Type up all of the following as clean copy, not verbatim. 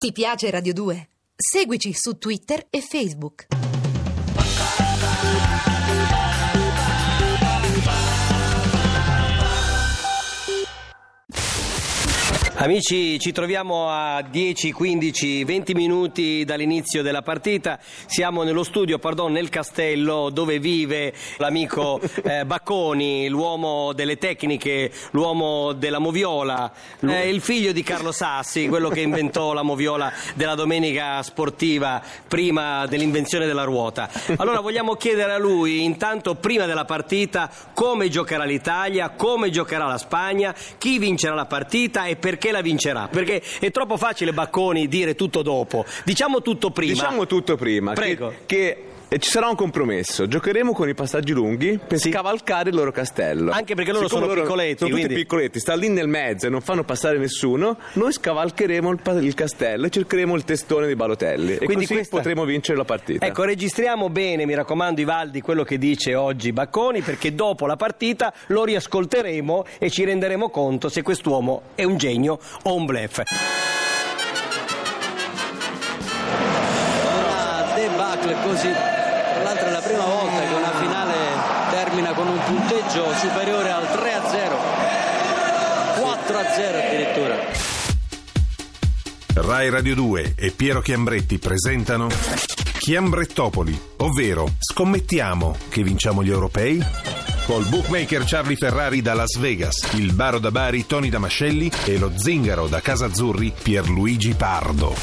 Ti piace Radio 2? Seguici su Twitter e Facebook. Amici, ci troviamo a 10, 15, 20 minuti dall'inizio della partita. Siamo nello studio, nel castello dove vive l'amico Bacconi, l'uomo delle tecniche, l'uomo della moviola, il figlio di Carlo Sassi, quello che inventò la moviola della domenica sportiva prima dell'invenzione della ruota. Allora vogliamo chiedere a lui, intanto, prima della partita, come giocherà l'Italia, come giocherà la Spagna, chi vincerà la partita e perché la vincerà, perché è troppo facile, Bacconi, dire tutto dopo. Diciamo tutto prima. Prego. Che ci sarà un compromesso. Giocheremo con i passaggi lunghi per scavalcare il loro castello. Anche perché loro sono piccoletti. Sono tutti piccoletti, sta lì nel mezzo e non fanno passare nessuno. Noi scavalcheremo il castello e cercheremo il testone di Balotelli. E quindi così potremo vincere la partita. Ecco, registriamo bene, mi raccomando, Ivaldi, quello che dice oggi Bacconi, perché dopo la partita lo riascolteremo e ci renderemo conto se quest'uomo è un genio o un bluff. Una debacle così. Tra l'altro è la prima volta che una finale termina con un punteggio superiore al 3-0, 4-0 addirittura. Rai Radio 2 e Piero Chiambretti presentano Chiambrettopoli, ovvero scommettiamo che vinciamo gli europei? Col bookmaker Charlie Ferrari da Las Vegas, il baro da Bari Tony Damascelli e lo zingaro da Casa Azzurri Pierluigi Pardo.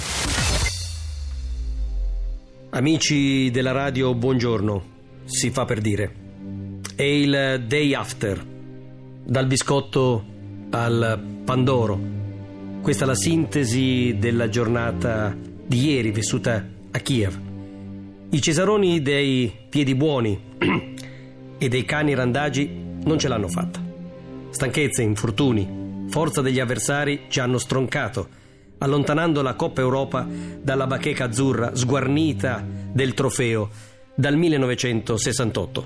Amici della radio, buongiorno, si fa per dire. È il day after, dal biscotto al pandoro. Questa è la sintesi della giornata di ieri vissuta a Kiev. I cesaroni dei piedi buoni e dei cani randagi non ce l'hanno fatta. Stanchezze, infortuni, forza degli avversari ci hanno stroncato, allontanando la Coppa Europa dalla bacheca azzurra sguarnita del trofeo dal 1968.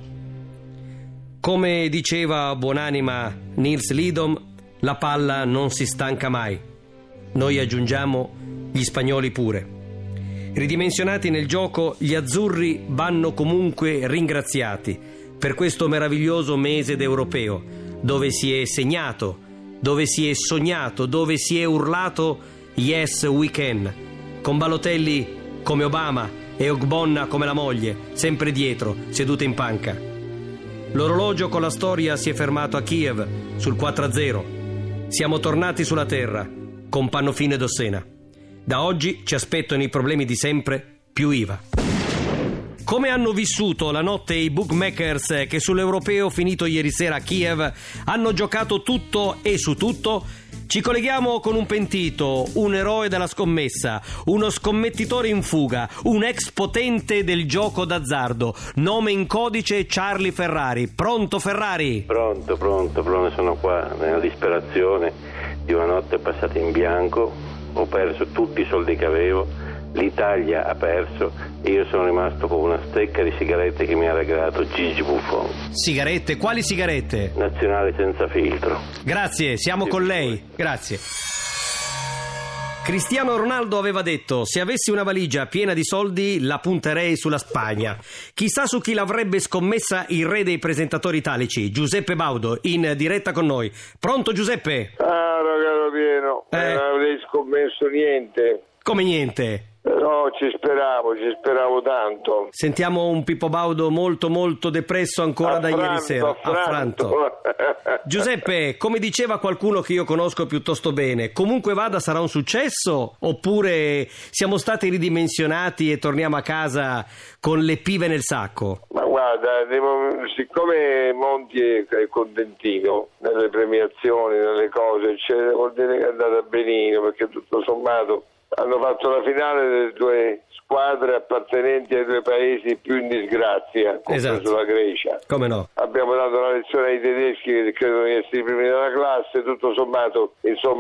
Come diceva buonanima Nils Lidom, la palla non si stanca mai. Noi aggiungiamo gli spagnoli pure. Ridimensionati nel gioco, gli azzurri vanno comunque ringraziati per questo meraviglioso mese d'europeo, dove si è segnato, dove si è sognato, dove si è urlato Yes, we can, con Balotelli come Obama e Ogbonna come la moglie, sempre dietro, sedute in panca. L'orologio con la storia si è fermato a Kiev, sul 4-0. Siamo tornati sulla terra, con Pannofino ed Ossena. Da oggi ci aspettano i problemi di sempre, più IVA. Come hanno vissuto la notte i bookmakers che sull'europeo finito ieri sera a Kiev hanno giocato tutto e su tutto? Ci colleghiamo con un pentito, un eroe della scommessa, uno scommettitore in fuga, un ex potente del gioco d'azzardo. Nome in codice Charlie Ferrari. Pronto, Ferrari? Pronto, sono qua nella disperazione di una notte passata in bianco. Ho perso tutti i soldi che avevo, l'Italia ha perso e io sono rimasto con una stecca di sigarette che mi ha regalato Gigi Buffon. Sigarette? Quali sigarette? Nazionale senza filtro. Grazie, siamo con lei. Grazie. Cristiano Ronaldo aveva detto: se avessi una valigia piena di soldi la punterei sulla Spagna. Chissà su chi l'avrebbe scommessa il re dei presentatori italici, Giuseppe Baudo, in diretta con noi. Pronto, Giuseppe? Caro Piero, non avrei scommesso niente. Come niente? No, ci speravo tanto. Sentiamo un Pippo Baudo molto depresso ancora da ieri sera. Affranto. Giuseppe, come diceva qualcuno che io conosco piuttosto bene, comunque vada sarà un successo oppure siamo stati ridimensionati e torniamo a casa con le pive nel sacco? Ma guarda, siccome Monti è contentino nelle premiazioni, nelle cose, eccetera, vuol dire che è andata benino, perché tutto sommato hanno fatto la finale delle due squadre appartenenti ai due paesi più in disgrazia, compreso la Grecia. Come no? Abbiamo dato una lezione ai tedeschi che credono di essere i primi della classe, tutto sommato, insomma,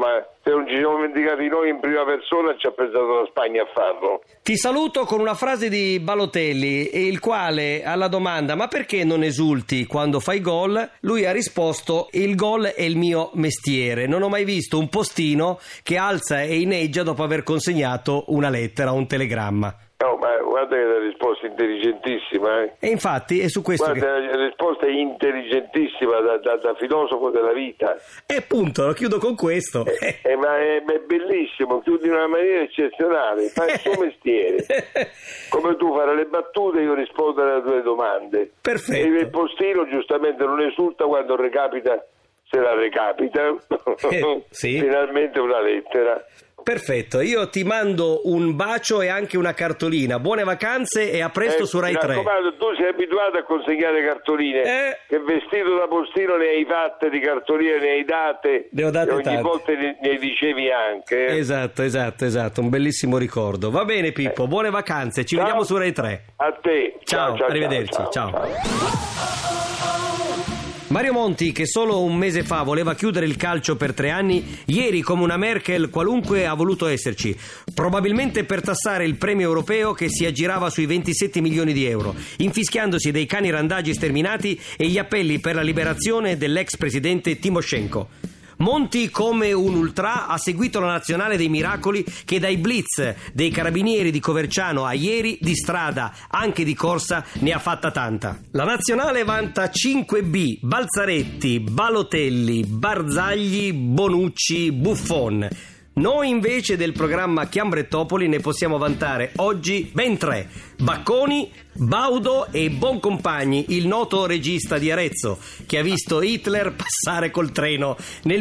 Se non ci siamo dimenticati noi in prima persona, ci ha pensato la Spagna a farlo. Ti saluto con una frase di Balotelli, il quale alla domanda "ma perché non esulti quando fai gol?" lui ha risposto: "Il gol è il mio mestiere, non ho mai visto un postino che alza e inneggia dopo aver consegnato una lettera o un telegramma." No, ma guarda che la risposta è intelligentissima. E infatti è su questo guarda, la risposta è intelligentissima da filosofo della vita. E appunto, chiudo con questo. Ma è bellissimo, chiudi in una maniera eccezionale, fai il suo mestiere. Come tu fare le battute, io rispondere alle tue domande. Perfetto. E il postino giustamente non esulta quando recapita, se la recapita, sì. Finalmente una lettera. Perfetto, io ti mando un bacio e anche una cartolina. Buone vacanze e a presto su Rai 3. Mi raccomando, tu sei abituato a consegnare cartoline, che vestito da postino ne hai fatte di cartoline, ne hai date, ne ho date e ogni tante. volta ne dicevi anche. Esatto, un bellissimo ricordo. Va bene Pippo, buone vacanze, ci vediamo su Rai 3. A te. Ciao, arrivederci, ciao. Mario Monti, che solo un mese fa voleva chiudere il calcio per 3 anni, ieri come una Merkel qualunque ha voluto esserci, probabilmente per tassare il premio europeo che si aggirava sui 27 milioni di euro, infischiandosi dei cani randagi sterminati e gli appelli per la liberazione dell'ex presidente Timoshenko. Monti, come un ultra, ha seguito la nazionale dei miracoli che dai blitz dei carabinieri di Coverciano a ieri di strada, anche di corsa, ne ha fatta tanta. La nazionale vanta 5B, Balzaretti, Balotelli, Barzagli, Bonucci, Buffon. Noi invece del programma Chiambrettopoli ne possiamo vantare oggi ben 3: Bacconi, Baudo e Boncompagni, il noto regista di Arezzo che ha visto Hitler passare col treno nel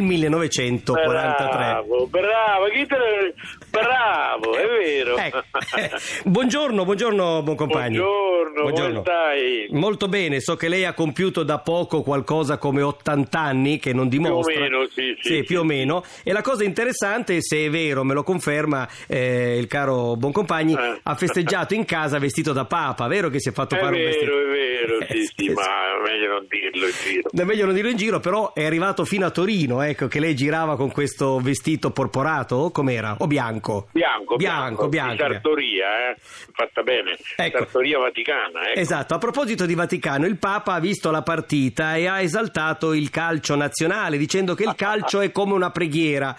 1943. Bravo, Hitler, bravo, è vero. Ecco. Buongiorno Boncompagni. Buongiorno, come stai? Molto bene, so che lei ha compiuto da poco qualcosa come 80 anni, che non dimostra. Più o meno, sì. Più o meno. E la cosa interessante, se è vero, me lo conferma il caro Boncompagni, ha festeggiato in casa vestito da Papa, vero che si è fatto fare un vestito? È vero, sì, ma meglio non dirlo in giro. È meglio non dirlo in giro, però è arrivato fino a Torino, ecco, che lei girava con questo vestito porporato, com'era? O bianco? Bianco. Di sartoria, fatta bene, ecco. Sartoria vaticana, ecco. Esatto, a proposito di Vaticano, il Papa ha visto la partita e ha esaltato il calcio nazionale, dicendo che il calcio è come una preghiera.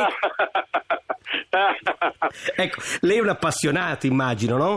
Ecco, lei è un appassionato, immagino, no?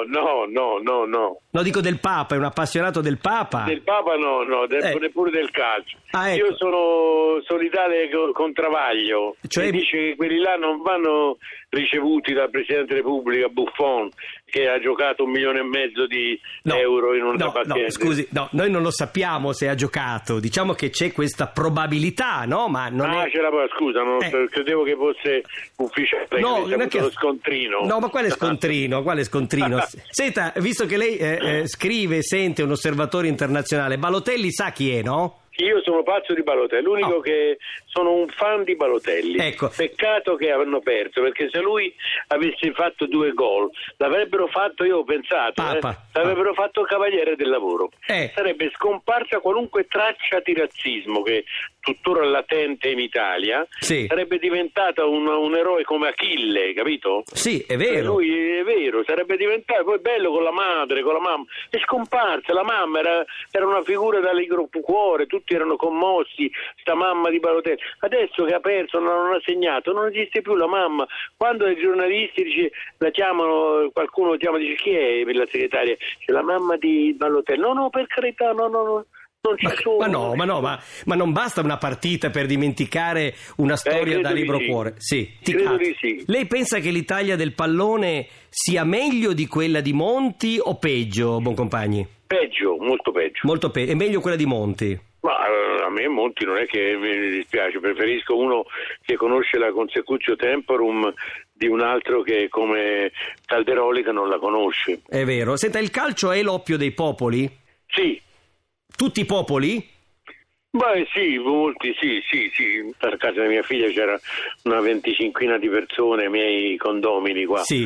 No. No, dico del Papa, è un appassionato del Papa? Del Papa no, neppure del calcio. Ecco. Io sono solidale con Travaglio, cioè dice che quelli là non vanno ricevuti dal Presidente della Repubblica Buffon, che ha giocato 1,5 milioni di euro in una pazienza. No, scusi, noi non lo sappiamo se ha giocato, diciamo che c'è questa probabilità, no? Ma non è... scusa, credevo che fosse ufficiale, lo scontrino. No, ma quale scontrino? Senta, visto che lei scrive, sente un osservatore internazionale, Balotelli sa chi è, no? Io sono pazzo di Balotelli, l'unico che sono un fan di Balotelli. Ecco. Peccato che hanno perso, perché se lui avesse fatto 2 gol, l'avrebbero fatto, io ho pensato, l'avrebbero fatto cavaliere del lavoro. Sarebbe scomparsa qualunque traccia di razzismo che tuttora latente in Italia. Sì. Sarebbe diventato un eroe come Achille, capito? Sì, è vero. Lui è vero, sarebbe diventato poi bello con la madre, con la mamma. È scomparsa, la mamma era una figura d'allegro cuore, tutti erano commossi, sta mamma di Balotelli. Adesso che ha perso, non ha segnato, non esiste più la mamma. Quando i giornalisti la chiamano, qualcuno chiama e dice chi è la segretaria? C'è la mamma di Balotelli. No, per carità, no. Non ci sono. Ma non basta una partita per dimenticare una storia da libro cuore. Sì. Credo di sì. Lei pensa che l'Italia del pallone sia meglio di quella di Monti o peggio, Boncompagni? Peggio, molto peggio. Molto peggio. È meglio quella di Monti? Ma a me Monti non è che mi dispiace, preferisco uno che conosce la consecutio temporum di un altro che come Calderoli che non la conosce. È vero. Senta, il calcio è l'oppio dei popoli? Sì. Tutti i popoli? Beh sì, molti, sì. A casa di mia figlia c'era una 25ina di persone, miei condomini qua. Sì.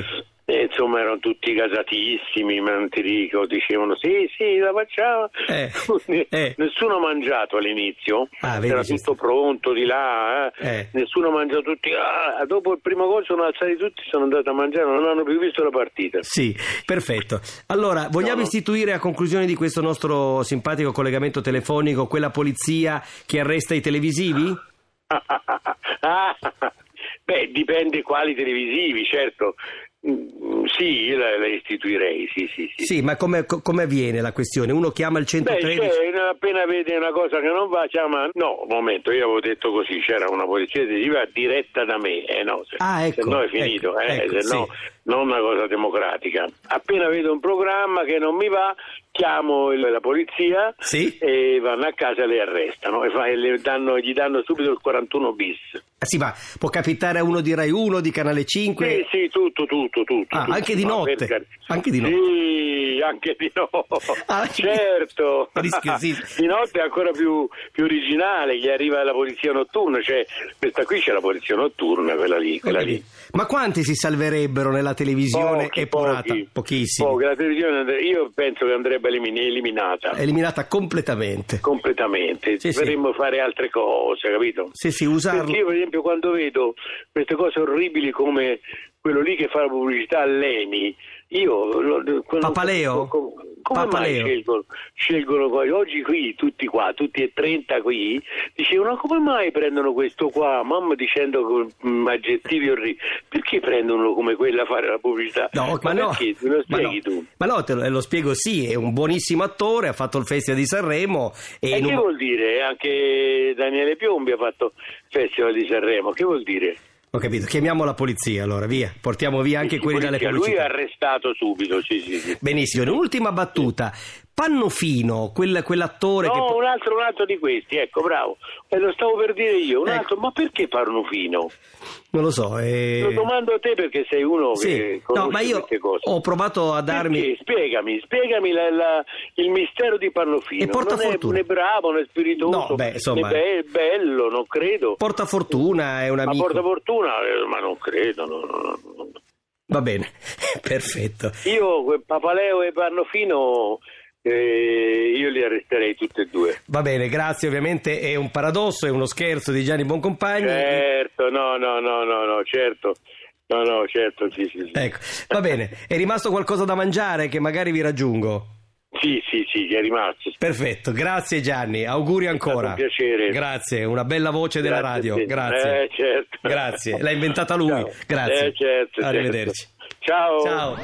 insomma erano tutti gasatissimi, ma non ti dico, dicevano sì, la facciamo. Nessuno ha mangiato all'inizio, era tutto pronto di là, nessuno ha mangiato, tutti. Dopo il primo gol sono alzati tutti, sono andati a mangiare, non hanno più visto la partita. Sì, perfetto. Allora, vogliamo istituire a conclusione di questo nostro simpatico collegamento telefonico quella polizia che arresta i televisivi? Beh, dipende quali televisivi, certo. Sì, la istituirei, sì. Sì, ma come avviene la questione? Uno chiama il 113? Appena vede una cosa che non va, chiama... No, un momento, io avevo detto così, c'era una polizia televisiva diretta da me, se no è finito, no, non una cosa democratica. Appena vedo un programma che non mi va, chiamo la polizia e vanno a casa e le arrestano e gli danno subito il 41 bis. Sì, ma può capitare a uno di Rai 1, di Canale 5? Sì, tutto. Anche di notte? Anche di notte? Sì, anche di notte. Certo. Di notte è ancora più originale, gli arriva la polizia notturna, cioè questa qui c'è la polizia notturna, quella lì. Ma quanti si salverebbero nella televisione epurata? Pochissimi. Pochi. La televisione io penso che andrebbe eliminata. Eliminata completamente. Dovremmo fare altre cose, capito? Sì, usarlo. Perché io per esempio quando vedo queste cose orribili come quello lì che fa la pubblicità all'ENI, Papaleo? Come mai scelgono oggi qui, tutti e 30 qui, dicevano come mai prendono questo qua, mamma, dicendo aggettivi orribili, perché prendono come quella a fare la pubblicità? Perché? Te lo spieghi tu? Ma no, te lo spiego, sì, è un buonissimo attore, ha fatto il Festival di Sanremo. E che vuol dire? Anche Daniele Piombi ha fatto il Festival di Sanremo, che vuol dire? Ho capito, chiamiamo la polizia allora, via, portiamo via anche quelli dalle pubblicità. Lui è arrestato subito, sì. Benissimo, un'ultima battuta. Pannofino, quell'attore un altro di questi, ecco, bravo. Lo stavo per dire io, un altro, ma perché Pannofino? Non lo so. Lo domando a te perché sei uno che conosce queste cose. Ho provato a darmi... Perché? Spiegami il mistero di Pannofino. Non è bravo, non è spiritoso, non è bello, non credo. Portafortuna è un amico. Ma Portafortuna, ma non credo, no. Va bene, perfetto. Io, Papaleo e Pannofino... io li arresterei tutti e due. Va bene, grazie. Ovviamente è un paradosso, è uno scherzo di Gianni Boncompagni. Certo, certo. No, certo, sì. Ecco, va bene. È rimasto qualcosa da mangiare che magari vi raggiungo? Sì, è rimasto. Perfetto, grazie Gianni, auguri ancora. È stato un piacere. Grazie, una bella voce della radio. Grazie. Certo. Grazie, l'ha inventata lui. Ciao. Grazie. Certo. Arrivederci. Ciao.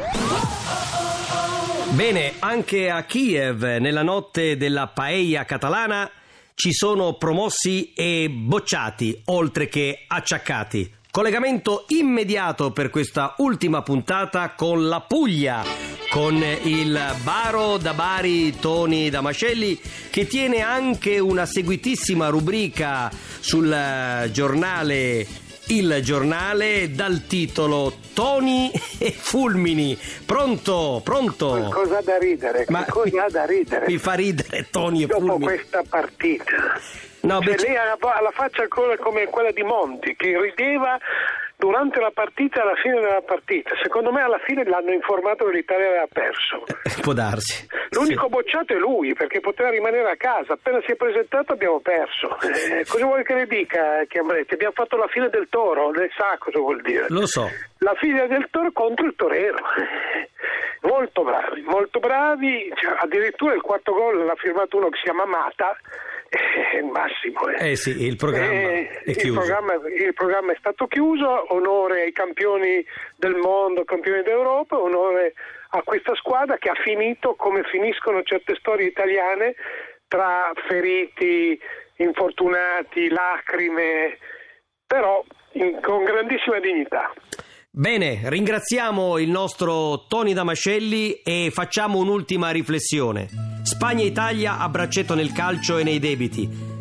Bene, anche a Kiev, nella notte della paella catalana, ci sono promossi e bocciati, oltre che acciaccati. Collegamento immediato per questa ultima puntata con la Puglia, con il baro da Bari Toni Damascelli, che tiene anche una seguitissima rubrica sul giornale Il Giornale dal titolo Toni e Fulmini. Pronto? Cosa da ridere? Cosa da ridere? Mi fa ridere Toni e Fulmini. Dopo questa partita. Lei ha la faccia come quella di Monti, che rideva durante la partita e alla fine della partita. Secondo me alla fine l'hanno informato che l'Italia aveva perso. Può darsi. L'unico bocciato è lui, perché poteva rimanere a casa. Appena si è presentato abbiamo perso. Cosa vuoi che le dica, Chiambretti? Abbiamo fatto la fine del toro, lei sa cosa vuol dire. Lo so. La fine del toro contro il torero. Molto bravi. Cioè, addirittura il quarto gol l'ha firmato uno che si chiama Mata. Il massimo. Sì, il programma è chiuso. Il programma è stato chiuso. Onore ai campioni del mondo, campioni d'Europa, onore a questa squadra che ha finito come finiscono certe storie italiane, tra feriti, infortunati, lacrime, però con grandissima dignità. Bene, ringraziamo il nostro Toni Damascelli e facciamo un'ultima riflessione. Spagna e Italia a braccetto nel calcio e nei debiti.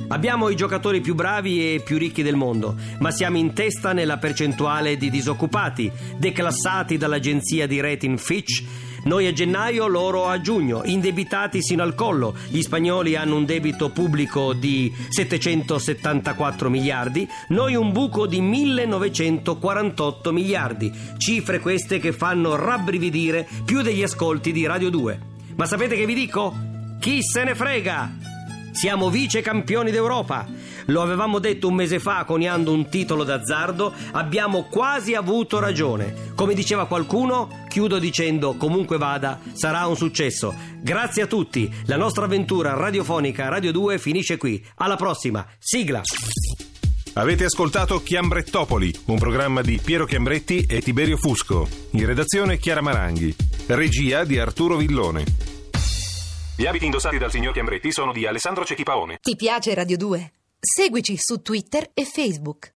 Abbiamo i giocatori più bravi e più ricchi del mondo, ma siamo in testa nella percentuale di disoccupati, declassati dall'agenzia di rating Fitch. Noi a gennaio, loro a giugno, indebitati sino al collo. Gli spagnoli hanno un debito pubblico di 774 miliardi, noi un buco di 1948 miliardi. Cifre queste che fanno rabbrividire più degli ascolti di Radio 2. Ma sapete che vi dico? Chi se ne frega! Siamo vice campioni d'Europa. Lo avevamo detto un mese fa coniando un titolo d'azzardo, abbiamo quasi avuto ragione. Come diceva qualcuno, chiudo dicendo comunque vada, sarà un successo. Grazie a tutti, la nostra avventura radiofonica Radio 2 finisce qui. Alla prossima, sigla! Avete ascoltato Chiambrettopoli, un programma di Piero Chiambretti e Tiberio Fusco. In redazione Chiara Maranghi. Regia di Arturo Villone. Gli abiti indossati dal signor Chiambretti sono di Alessandro Cecchipaone. Ti piace Radio 2? Seguici su Twitter e Facebook.